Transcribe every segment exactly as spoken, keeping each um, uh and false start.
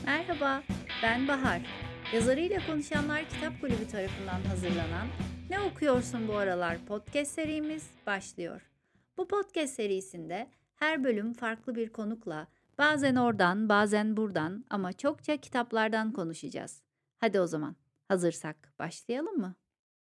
Merhaba, ben Bahar. Yazarıyla Konuşanlar Kitap Kulübü tarafından hazırlanan Ne Okuyorsun Bu Aralar podcast serimiz başlıyor. Bu podcast serisinde her bölüm farklı bir konukla, bazen oradan, bazen buradan ama çokça kitaplardan konuşacağız. Hadi o zaman, hazırsak başlayalım mı?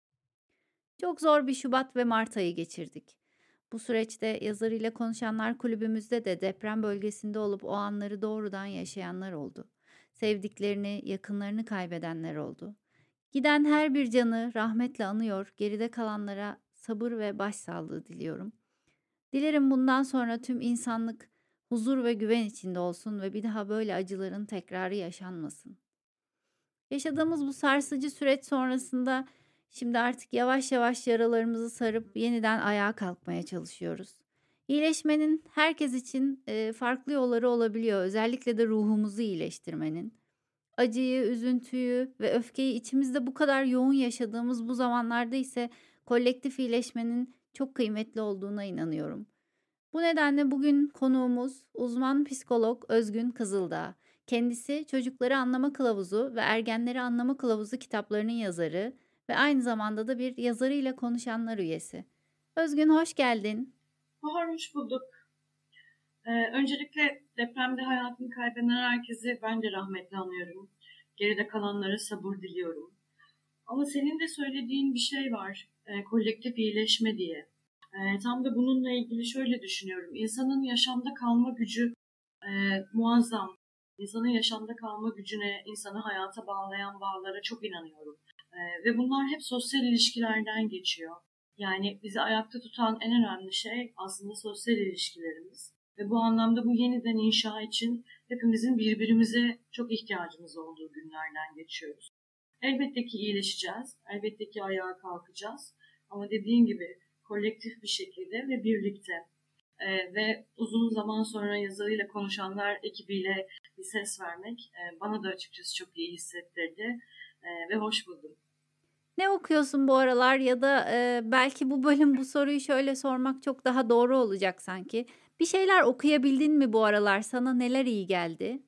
Çok zor bir Şubat ve Mart ayı geçirdik. Bu süreçte Yazarıyla Konuşanlar Kulübümüzde de deprem bölgesinde olup o anları doğrudan yaşayanlar oldu. Sevdiklerini, yakınlarını kaybedenler oldu. Giden her bir canı rahmetle anıyor, geride kalanlara sabır ve başsağlığı diliyorum. Dilerim bundan sonra tüm insanlık huzur ve güven içinde olsun ve bir daha böyle acıların tekrarı yaşanmasın. Yaşadığımız bu sarsıcı süreç sonrasında şimdi artık yavaş yavaş yaralarımızı sarıp yeniden ayağa kalkmaya çalışıyoruz. İyileşmenin herkes için e, farklı yolları olabiliyor. Özellikle de ruhumuzu iyileştirmenin. Acıyı, üzüntüyü ve öfkeyi içimizde bu kadar yoğun yaşadığımız bu zamanlarda ise kolektif iyileşmenin çok kıymetli olduğuna inanıyorum. Bu nedenle bugün konuğumuz uzman psikolog Özgün Kızıldağ. Kendisi Çocukları Anlama Kılavuzu ve Ergenleri Anlama Kılavuzu kitaplarının yazarı ve aynı zamanda da bir Yazarıyla Konuşanlar üyesi. Özgün, hoş geldin. Bahar, hoş bulduk. Ee, öncelikle depremde hayatını kaybeden herkesi ben de rahmetle anıyorum. Geride kalanlara sabır diliyorum. Ama senin de söylediğin bir şey var, e, kolektif iyileşme diye. E, tam da bununla ilgili şöyle düşünüyorum. İnsanın yaşamda kalma gücü e, muazzam. İnsanın yaşamda kalma gücüne, insanı hayata bağlayan bağlara çok inanıyorum. E, ve bunlar hep sosyal ilişkilerden geçiyor. Yani bizi ayakta tutan en önemli şey aslında sosyal ilişkilerimiz. Ve bu anlamda bu yeniden inşa için hepimizin birbirimize çok ihtiyacımız olduğu günlerden geçiyoruz. Elbette ki iyileşeceğiz, elbette ki ayağa kalkacağız. Ama dediğin gibi kolektif bir şekilde ve birlikte ee, ve uzun zaman sonra Yazarıyla Konuşanlar ekibiyle bir ses vermek e, bana da açıkçası çok iyi hissettirdi e, ve hoş buldum. Ne okuyorsun bu aralar ya da e, belki bu bölüm bu soruyu şöyle sormak çok daha doğru olacak sanki. Bir şeyler okuyabildin mi bu aralar? Sana neler iyi geldi?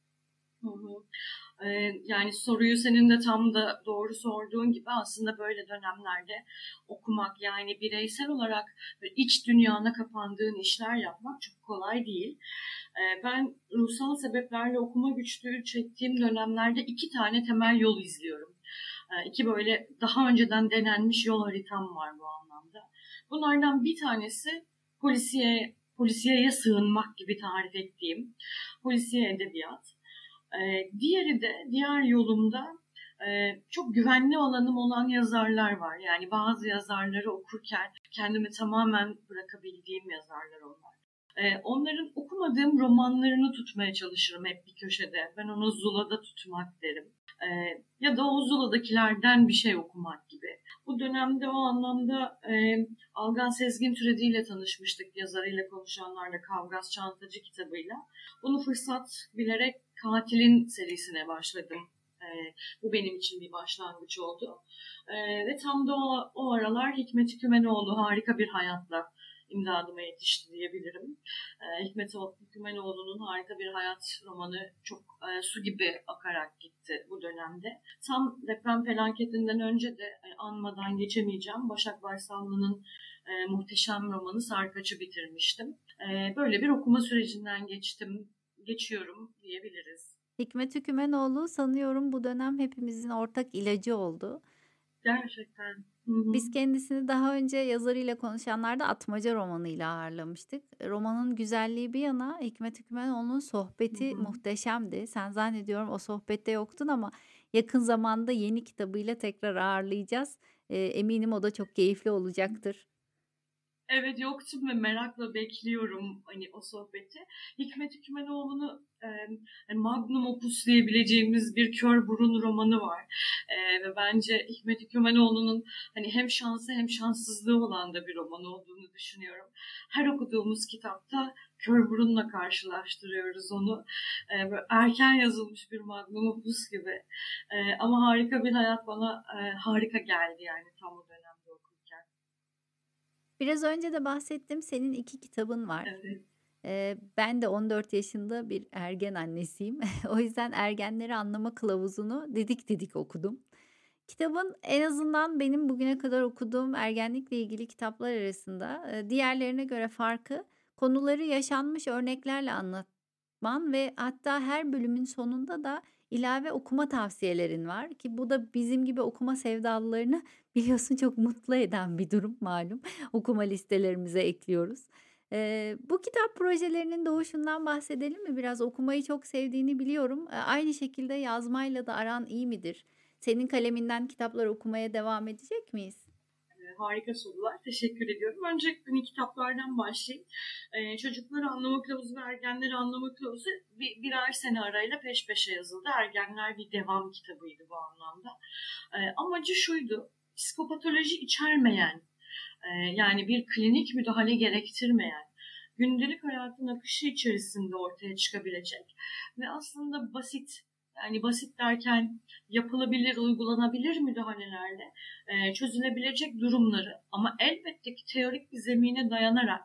Hı hı. Ee, yani soruyu senin de tam da doğru sorduğun gibi aslında böyle dönemlerde okumak, yani bireysel olarak iç dünyana kapandığın işler yapmak çok kolay değil. Ee, ben ruhsal sebeplerle okuma güçlüğü çektiğim dönemlerde iki tane temel yol izliyorum. Ee, iki böyle daha önceden denenmiş yol haritam var bu anlamda. Bunlardan bir tanesi polisiye, polisiyeye sığınmak gibi tarif ettiğim polisiye edebiyat. Ee, diğeri de diğer yolumda e, çok güvenli alanım olan yazarlar var. Yani bazı yazarları okurken kendimi tamamen bırakabildiğim yazarlar onlar. Ee, onların okumadığım romanlarını tutmaya çalışırım hep bir köşede. Ben onu Zula'da tutmak derim. Ee, ya da o Zula'dakilerden bir şey okumak gibi. Bu dönemde o anlamda e, Algan Sezgin Türedi ile tanışmıştık, yazarıyla konuşanlarla, Kavgaz Çantacı kitabıyla. Bunu fırsat bilerek Katilin serisine başladım. Ee, bu benim için bir başlangıç oldu. Ee, ve tam da o, o aralar Hikmet Hükümenoğlu Harika Bir Hayat'la imdadıma yetişti diyebilirim. Ee, Hikmet Hükümenoğlu'nun Harika Bir Hayat romanı çok e, su gibi akarak gitti bu dönemde. Tam deprem felaketinden önce de e, anmadan geçemeyeceğim. Başak Baysallı'nın e, muhteşem romanı Sarkaç'ı bitirmiştim. E, böyle bir okuma sürecinden geçtim, geçiyorum diyebiliriz. Hikmet Hükümenoğlu sanıyorum bu dönem hepimizin ortak ilacı oldu. Gerçekten. Hı hı. Biz kendisini daha önce Yazarıyla Konuşanlar'da Atmaca romanıyla ağırlamıştık. Romanın güzelliği bir yana Hikmet Hükümenoğlu'nun sohbeti Hı hı. muhteşemdi. Sen zannediyorum o sohbette yoktun ama yakın zamanda yeni kitabıyla tekrar ağırlayacağız. Ee, eminim o da çok keyifli olacaktır. Evet, yoktum ve merakla bekliyorum hani o sohbeti. Hikmet Hükümenoğlu'nu e, yani magnum opus diyebileceğimiz bir kör burun romanı var. E, ve bence Hikmet Hükümenoğlu'nun hani hem şansı hem şanssızlığı olan da bir roman olduğunu düşünüyorum. Her okuduğumuz kitapta kör burunla karşılaştırıyoruz onu. E, böyle erken yazılmış bir magnum opus gibi. E, ama Harika Bir Hayat bana e, harika geldi yani tam o dönemde okurken. Biraz önce de bahsettim, senin iki kitabın var. Evet. Ee, ben de on dört yaşında bir ergen annesiyim. O yüzden Ergenleri Anlama Kılavuzu'nu didik didik okudum. Kitabın en azından benim bugüne kadar okuduğum ergenlikle ilgili kitaplar arasında e, diğerlerine göre farkı konuları yaşanmış örneklerle anlatman ve hatta her bölümün sonunda da ilave okuma tavsiyelerin var ki bu da bizim gibi okuma sevdalılarını biliyorsun çok mutlu eden bir durum malum. Okuma listelerimize ekliyoruz. Ee, bu kitap projelerinin doğuşundan bahsedelim mi? Biraz okumayı çok sevdiğini biliyorum. Ee, aynı şekilde yazmayla da aran iyi midir? Senin kaleminden kitaplar okumaya devam edecek miyiz? Harika sorular. Teşekkür ediyorum. Önce hani kitaplardan başlayayım. Ee, Çocukları Anlama Kılavuzu ve Ergenleri Anlama Kılavuzu bir, birer sene arayla peş peşe yazıldı. Ergenler bir devam kitabıydı bu anlamda. Ee, amacı şuydu. Psikopatoloji içermeyen, e, yani bir klinik müdahale gerektirmeyen, gündelik hayatın akışı içerisinde ortaya çıkabilecek ve aslında basit, yani basit derken yapılabilir, uygulanabilir müdahalelerle e, çözülebilecek durumları ama elbette ki teorik bir zemine dayanarak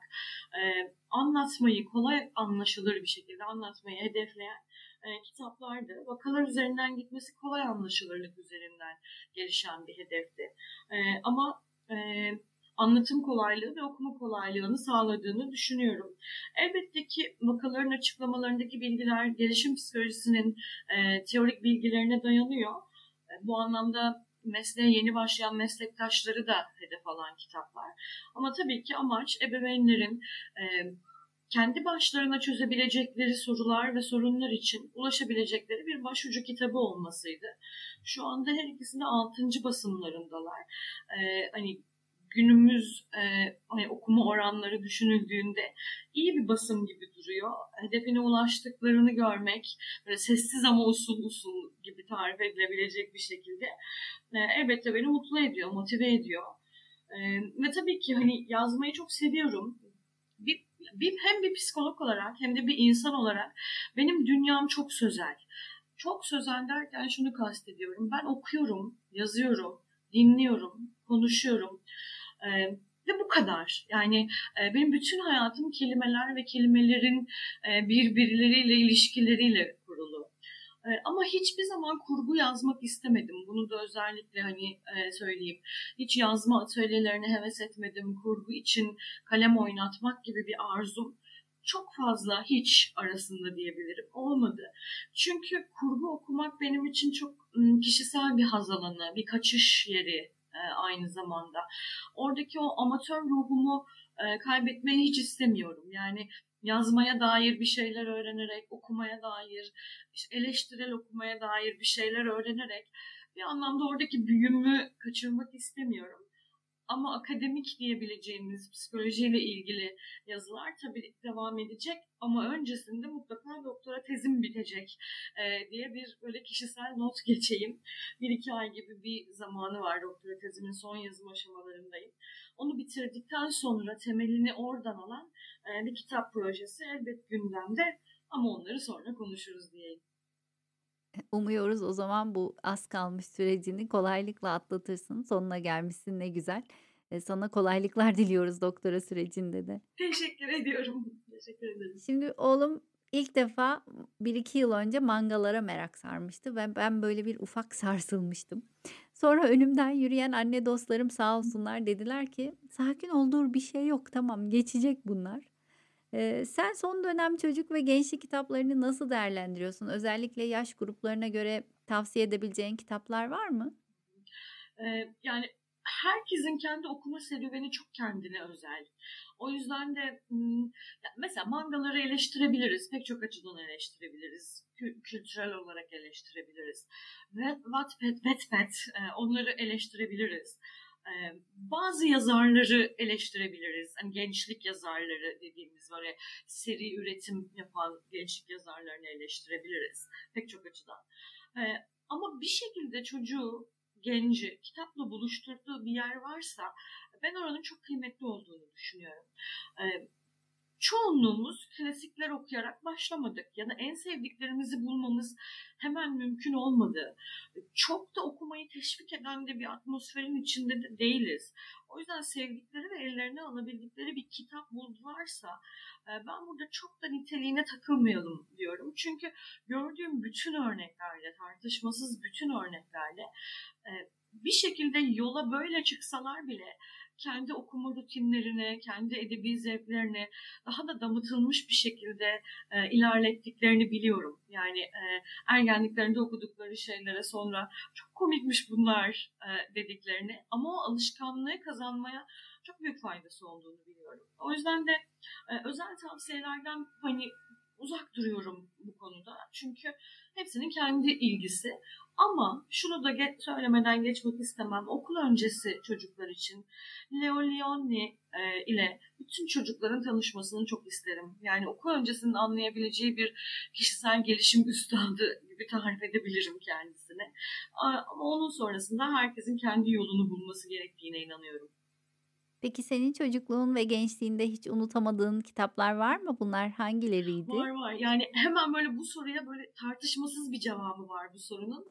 e, anlatmayı kolay anlaşılır bir şekilde anlatmayı hedefleyen e, kitaplardı. Vakalar üzerinden gitmesi kolay anlaşılırlık üzerinden gelişen bir hedefti. E, ama e, anlatım kolaylığı ve okuma kolaylığını sağladığını düşünüyorum. Elbette ki vakaların açıklamalarındaki bilgiler gelişim psikolojisinin e, teorik bilgilerine dayanıyor. E, bu anlamda mesleğe yeni başlayan meslektaşları da hedef alan kitaplar. Ama tabii ki amaç ebeveynlerin e, kendi başlarına çözebilecekleri sorular ve sorunlar için ulaşabilecekleri bir başucu kitabı olmasıydı. Şu anda her ikisi de altıncı basımlarındalar. E, hani günümüz e, hani okuma oranları düşünüldüğünde iyi bir basım gibi duruyor. Hedefine ulaştıklarını görmek, böyle sessiz ama usul usul gibi tarif edilebilecek bir şekilde e, elbette beni mutlu ediyor, motive ediyor. E, ve tabii ki hani yazmayı çok seviyorum. Bir, bir, hem bir psikolog olarak hem de bir insan olarak benim dünyam çok sözel. Çok sözel derken şunu kastediyorum. Ben okuyorum, yazıyorum, dinliyorum, konuşuyorum. Ee, ve bu kadar. Yani e, benim bütün hayatım kelimeler ve kelimelerin e, birbirleriyle ilişkileriyle kurulu. E, ama hiçbir zaman kurgu yazmak istemedim. Bunu da özellikle hani e, söyleyeyim. Hiç yazma atölyelerine heves etmedim. Kurgu için kalem oynatmak gibi bir arzum çok fazla hiç arasında diyebilirim. Olmadı. Çünkü kurgu okumak benim için çok kişisel bir haz alanı, bir kaçış yeri aynı zamanda. Oradaki o amatör ruhumu kaybetmeyi hiç istemiyorum. Yani yazmaya dair bir şeyler öğrenerek, okumaya dair, eleştirel okumaya dair bir şeyler öğrenerek bir anlamda oradaki büyümü kaçırmak istemiyorum. Ama akademik diyebileceğimiz psikolojiyle ilgili yazılar tabii devam edecek ama öncesinde mutlaka doktora tezim bitecek e, diye bir böyle kişisel not geçeyim. Bir iki ay gibi bir zamanı var, doktora tezimin son yazım aşamalarındayım. Onu bitirdikten sonra temelini oradan alan e, bir kitap projesi elbet gündemde ama onları sonra konuşuruz diyeyim. Umuyoruz o zaman bu az kalmış sürecini kolaylıkla atlatırsın. Sonuna gelmişsin, ne güzel. Sana kolaylıklar diliyoruz doktora sürecinde de. Teşekkür ediyorum. Teşekkür ederim. Şimdi oğlum ilk defa bir iki yıl önce mangalara merak sarmıştı ve ben böyle bir ufak sarsılmıştım. Sonra önümden yürüyen anne dostlarım sağ olsunlar dediler ki sakin ol, dur bir şey yok, tamam geçecek bunlar. Ee, sen son dönem çocuk ve gençlik kitaplarını nasıl değerlendiriyorsun? Özellikle yaş gruplarına göre tavsiye edebileceğin kitaplar var mı? Ee, yani herkesin kendi okuma serüveni çok kendine özel. O yüzden de mesela mangaları eleştirebiliriz. Pek çok açıdan eleştirebiliriz. Kültürel olarak eleştirebiliriz. Ve Wattpad, Wattpad onları eleştirebiliriz. Bazı yazarları eleştirebiliriz. Hani gençlik yazarları dediğimiz var ya, seri üretim yapan gençlik yazarlarını eleştirebiliriz. Pek çok açıdan. Ama bir şekilde çocuğu, genci kitapla buluşturduğu bir yer varsa ben oranın çok kıymetli olduğunu düşünüyorum. çoğunluğumuz klasikler okuyarak başlamadık ya da en sevdiklerimizi bulmamız hemen mümkün olmadı. Çok da okumayı teşvik eden de bir atmosferin içinde de değiliz. O yüzden sevdikleri ve ellerine alabildikleri bir kitap buldularsa ben burada çok da niteliğine takılmayalım diyorum. Çünkü gördüğüm bütün örneklerle, tartışmasız bütün örneklerle bir şekilde yola böyle çıksalar bile kendi okuma rutinlerine, kendi edebi zevklerine daha da damıtılmış bir şekilde e, ilerlettiklerini biliyorum. Yani e, ergenliklerinde okudukları şeylere sonra çok komikmiş bunlar e, dediklerini ama o alışkanlığı kazanmaya çok büyük faydası olduğunu biliyorum. O yüzden de e, özel tavsiyelerden hani uzak duruyorum bu konuda. Çünkü hepsinin kendi ilgisi. Ama şunu da ge- söylemeden geçmek istemem. Okul öncesi çocuklar için Leo Lionni e, ile bütün çocukların tanışmasını çok isterim. Yani okul öncesinin anlayabileceği bir kişisel gelişim üstadı gibi tarif edebilirim kendisine. Ama onun sonrasında herkesin kendi yolunu bulması gerektiğine inanıyorum. Peki senin çocukluğun ve gençliğinde hiç unutamadığın kitaplar var mı? Bunlar hangileriydi? Var var. Yani hemen böyle bu soruya böyle tartışmasız bir cevabı var bu sorunun.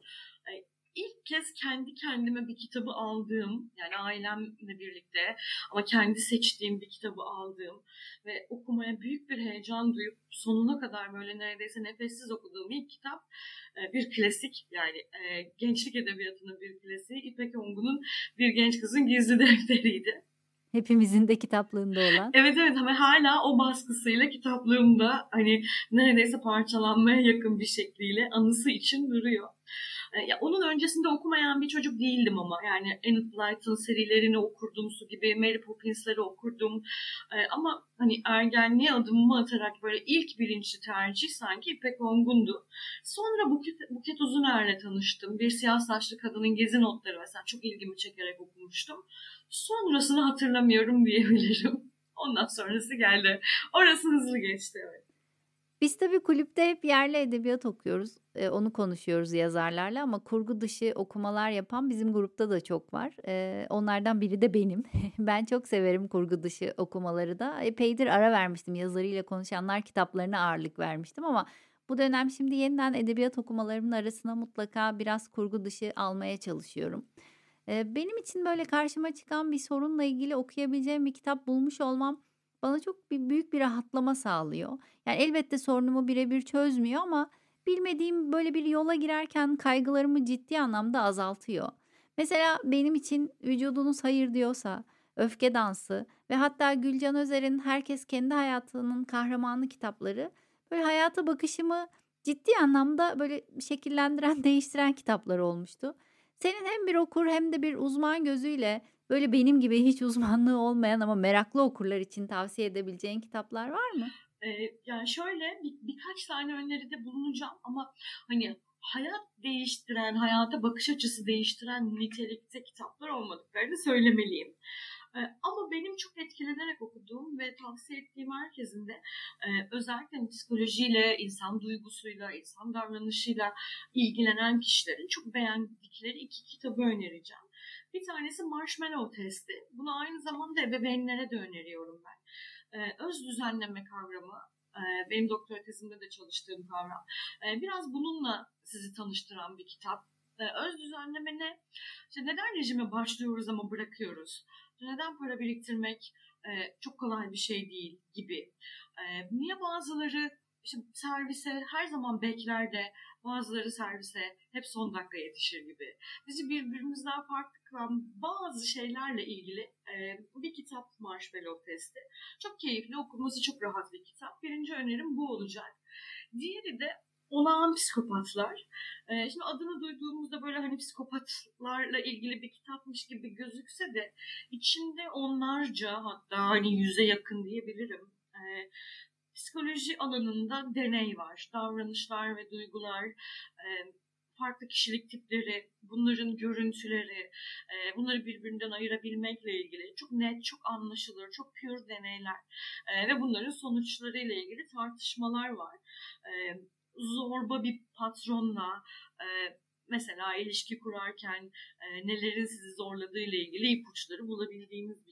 İlk kez kendi kendime bir kitabı aldığım, yani ailemle birlikte ama kendi seçtiğim bir kitabı aldığım ve okumaya büyük bir heyecan duyup sonuna kadar böyle neredeyse nefessiz okuduğum ilk kitap bir klasik, yani gençlik edebiyatının bir klasiği İpek Ongun'un Bir Genç Kızın Gizli Defteri'ydi. Hepimizin de kitaplığında olan. Evet evet ama hala o baskısıyla kitaplığımda hani neredeyse parçalanmaya yakın bir şekliyle anısı için duruyor. Ya onun öncesinde okumayan bir çocuk değildim ama yani Enid Blyton serilerini okurdum, Su gibi, Mary Poppins'leri okurdum. Ama hani ergenliğe adımımı atarak böyle ilk bilinçli tercih sanki İpek Ongun'du. Sonra Buket, Buket Uzuner'le tanıştım. Bir Siyah Saçlı Kadının Gezi Notları mesela çok ilgimi çekerek okumuştum. Sonrasını hatırlamıyorum diyebilirim. Ondan sonrası geldi. Orası hızlı geçti, evet. Biz tabii kulüpte hep yerli edebiyat okuyoruz. Eee, onu konuşuyoruz yazarlarla ama kurgu dışı okumalar yapan bizim grupta da çok var. Eee, onlardan biri de benim. Ben çok severim kurgu dışı okumaları da. Epeydir ara vermiştim. Yazarıyla konuşanlar kitaplarına ağırlık vermiştim ama bu dönem şimdi yeniden edebiyat okumalarımın arasına mutlaka biraz kurgu dışı almaya çalışıyorum. Eee, benim için böyle karşıma çıkan bir sorunla ilgili okuyabileceğim bir kitap bulmuş olmam bana çok bir büyük bir rahatlama sağlıyor. Yani elbette sorunumu birebir çözmüyor ama bilmediğim böyle bir yola girerken kaygılarımı ciddi anlamda azaltıyor. Mesela benim için Vücudunuz Hayır Diyorsa, Öfke Dansı ve hatta Gülcan Özer'in Herkes Kendi Hayatının Kahramanı kitapları böyle hayata bakışımı ciddi anlamda böyle şekillendiren, değiştiren kitaplar olmuştu. Senin hem bir okur hem de bir uzman gözüyle böyle benim gibi hiç uzmanlığı olmayan ama meraklı okurlar için tavsiye edebileceğin kitaplar var mı? Ee, yani şöyle bir, birkaç tane öneride bulunacağım ama hani hayat değiştiren, hayata bakış açısı değiştiren nitelikte kitaplar olmadıklarını söylemeliyim. Ee, ama benim çok etkilenerek okuduğum ve tavsiye ettiğim herkesin de e, özellikle psikolojiyle, insan duygusuyla, insan davranışıyla ilgilenen kişilerin çok beğendikleri iki kitabı önereceğim. Bir tanesi Marshmallow Testi. Bunu aynı zamanda ebeveynlere de öneriyorum ben. Ee, öz düzenleme kavramı, e, benim doktora tezimde de çalıştığım kavram. E, biraz bununla sizi tanıştıran bir kitap. E, öz düzenleme ne? İşte neden rejime başlıyoruz ama bırakıyoruz? Neden para biriktirmek e, çok kolay bir şey değil gibi. E, niye bazıları işte servise her zaman bekler de bazıları servise hep son dakika yetişir gibi. Bizi birbirimizden farklı kılan bazı şeylerle ilgili e, bir kitap Marshmallow Testi. Çok keyifli, okuması çok rahat bir kitap. Birinci önerim bu olacak. Diğeri de Olağan Psikopatlar. Ee, şimdi adını duyduğumuzda böyle hani psikopatlarla ilgili bir kitapmış gibi gözükse de içinde onlarca, hatta hani yüze yakın diyebilirim. Ee, psikoloji alanında deney var. Davranışlar ve duygular, e, farklı kişilik tipleri, bunların görüntüleri, e, bunları birbirinden ayırabilmekle ilgili çok net, çok anlaşılır, çok pure deneyler e, ve bunların sonuçlarıyla ilgili tartışmalar var. E, zorba bir patronla e, mesela ilişki kurarken e, nelerin sizi zorladığı ile ilgili ipuçları bulabildiğimiz bir kitap.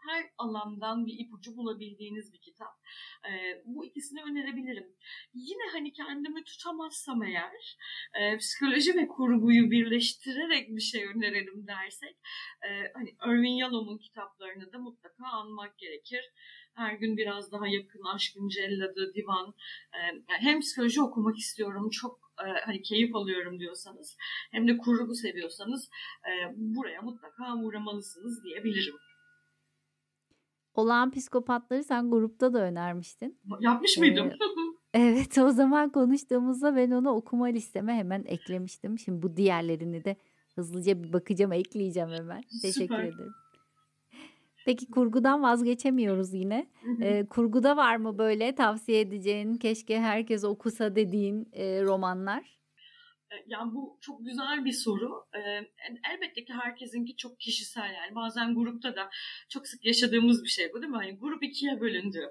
her alandan bir ipucu bulabildiğiniz bir kitap. E, bu ikisini önerebilirim. Yine hani kendimi tutamazsam eğer e, psikoloji ve kurguyu birleştirerek bir şey önerelim dersek e, hani Irvin Yalom'un kitaplarını da mutlaka anmak gerekir. Her gün biraz daha yakın, Aşkın Celladı, Divan. E, yani hem psikoloji okumak istiyorum, çok e, hani keyif alıyorum diyorsanız, hem de kurgu seviyorsanız e, buraya mutlaka uğramalısınız diyebilirim. Olağan Psikopatları sen grupta da önermiştin. Yapmış mıydım? Ee, evet, o zaman konuştuğumuzda ben onu okuma listeme hemen eklemiştim. Şimdi bu diğerlerini de hızlıca bir bakacağım, ekleyeceğim hemen. Teşekkür Süper. ederim. Peki kurgudan vazgeçemiyoruz yine. Ee, kurguda var mı böyle tavsiye edeceğin, keşke herkes okusa dediğin e, romanlar? Yani bu çok güzel bir soru. Elbette ki herkesinki çok kişisel, yani bazen grupta da çok sık yaşadığımız bir şey bu, değil mi? Hani grup ikiye bölündü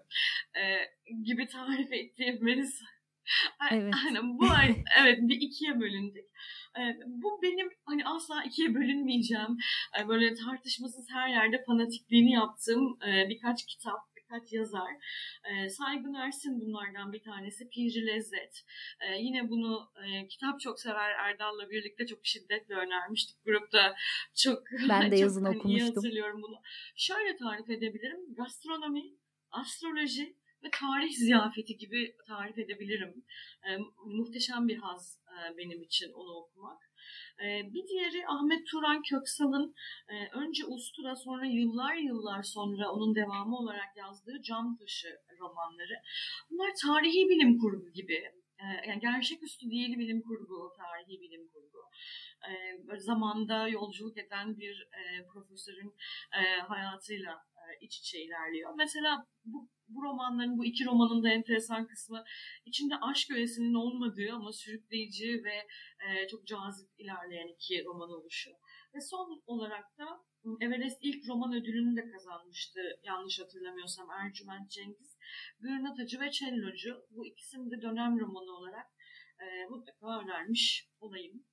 gibi tarif ettiğimiz. Evet. Hani bu ay evet bir ikiye bölündük. Bu benim hani asla ikiye bölünmeyeceğim. Böyle tartışmasız her yerde fanatikliğini yaptığım birkaç kitap, birkaç yazar. E, Saygın Ersin bunlardan bir tanesi. Piri Lezzet. E, yine bunu e, kitap çok sever Erdal'la birlikte çok şiddetle önermiştik grupta. Çok, ben de yazın çok, okumuştum. Hani iyi hatırlıyorum bunu. Şöyle tarif edebilirim. Gastronomi, astroloji ve tarih ziyafeti gibi tarif edebilirim. E, muhteşem bir haz e, benim için onu okumak. E, bir diğeri Ahmet Turan Köksal'ın e, önce Ustura, sonra yıllar yıllar sonra onun devamı olarak yazdığı Cam Taşı romanları. Bunlar tarihi bilim kurgu gibi. E, yani gerçeküstü değil bilim kurgu, tarihi bilim kurgu. E, zamanda yolculuk eden bir e, profesörün e, hayatıyla e, iç içe ilerliyor. Mesela bu Bu romanların, bu iki romanın da enteresan kısmı, içinde aşk öğesinin olmadığı ama sürükleyici ve e, çok cazip ilerleyen iki roman oluşuyor. Ve son olarak da Everest ilk roman ödülünü de kazanmıştı, yanlış hatırlamıyorsam, Ercüment Cengiz. Gırnatacı ve Cellocu, bu ikisini de dönem romanı olarak e, mutlaka önermiş olayım.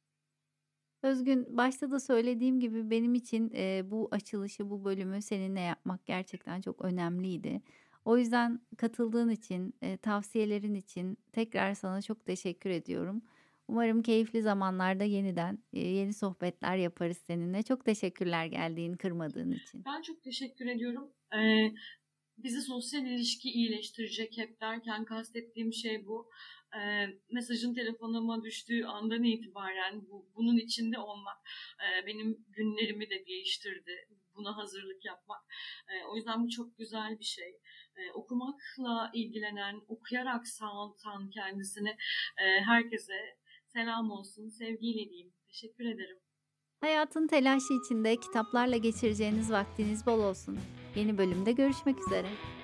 Özgün, başta da söylediğim gibi benim için e, bu açılışı, bu bölümü seninle yapmak gerçekten çok önemliydi. O yüzden katıldığın için, e, tavsiyelerin için tekrar sana çok teşekkür ediyorum. Umarım keyifli zamanlarda yeniden e, yeni sohbetler yaparız seninle. Çok teşekkürler geldiğin, kırmadığın için. Ben çok teşekkür ediyorum. Ee, bizi sosyal ilişki iyileştirecek hep derken kastettiğim şey bu. Ee, mesajın telefonuma düştüğü andan itibaren bu, bunun içinde olmak e, benim günlerimi de değiştirdi. Buna hazırlık yapmak. E, o yüzden bu çok güzel bir şey. E, okumakla ilgilenen, okuyarak sağlatan kendisini e, herkese selam olsun, sevgiyle diyeyim. Teşekkür ederim. Hayatın telaşı içinde kitaplarla geçireceğiniz vaktiniz bol olsun. Yeni bölümde görüşmek üzere.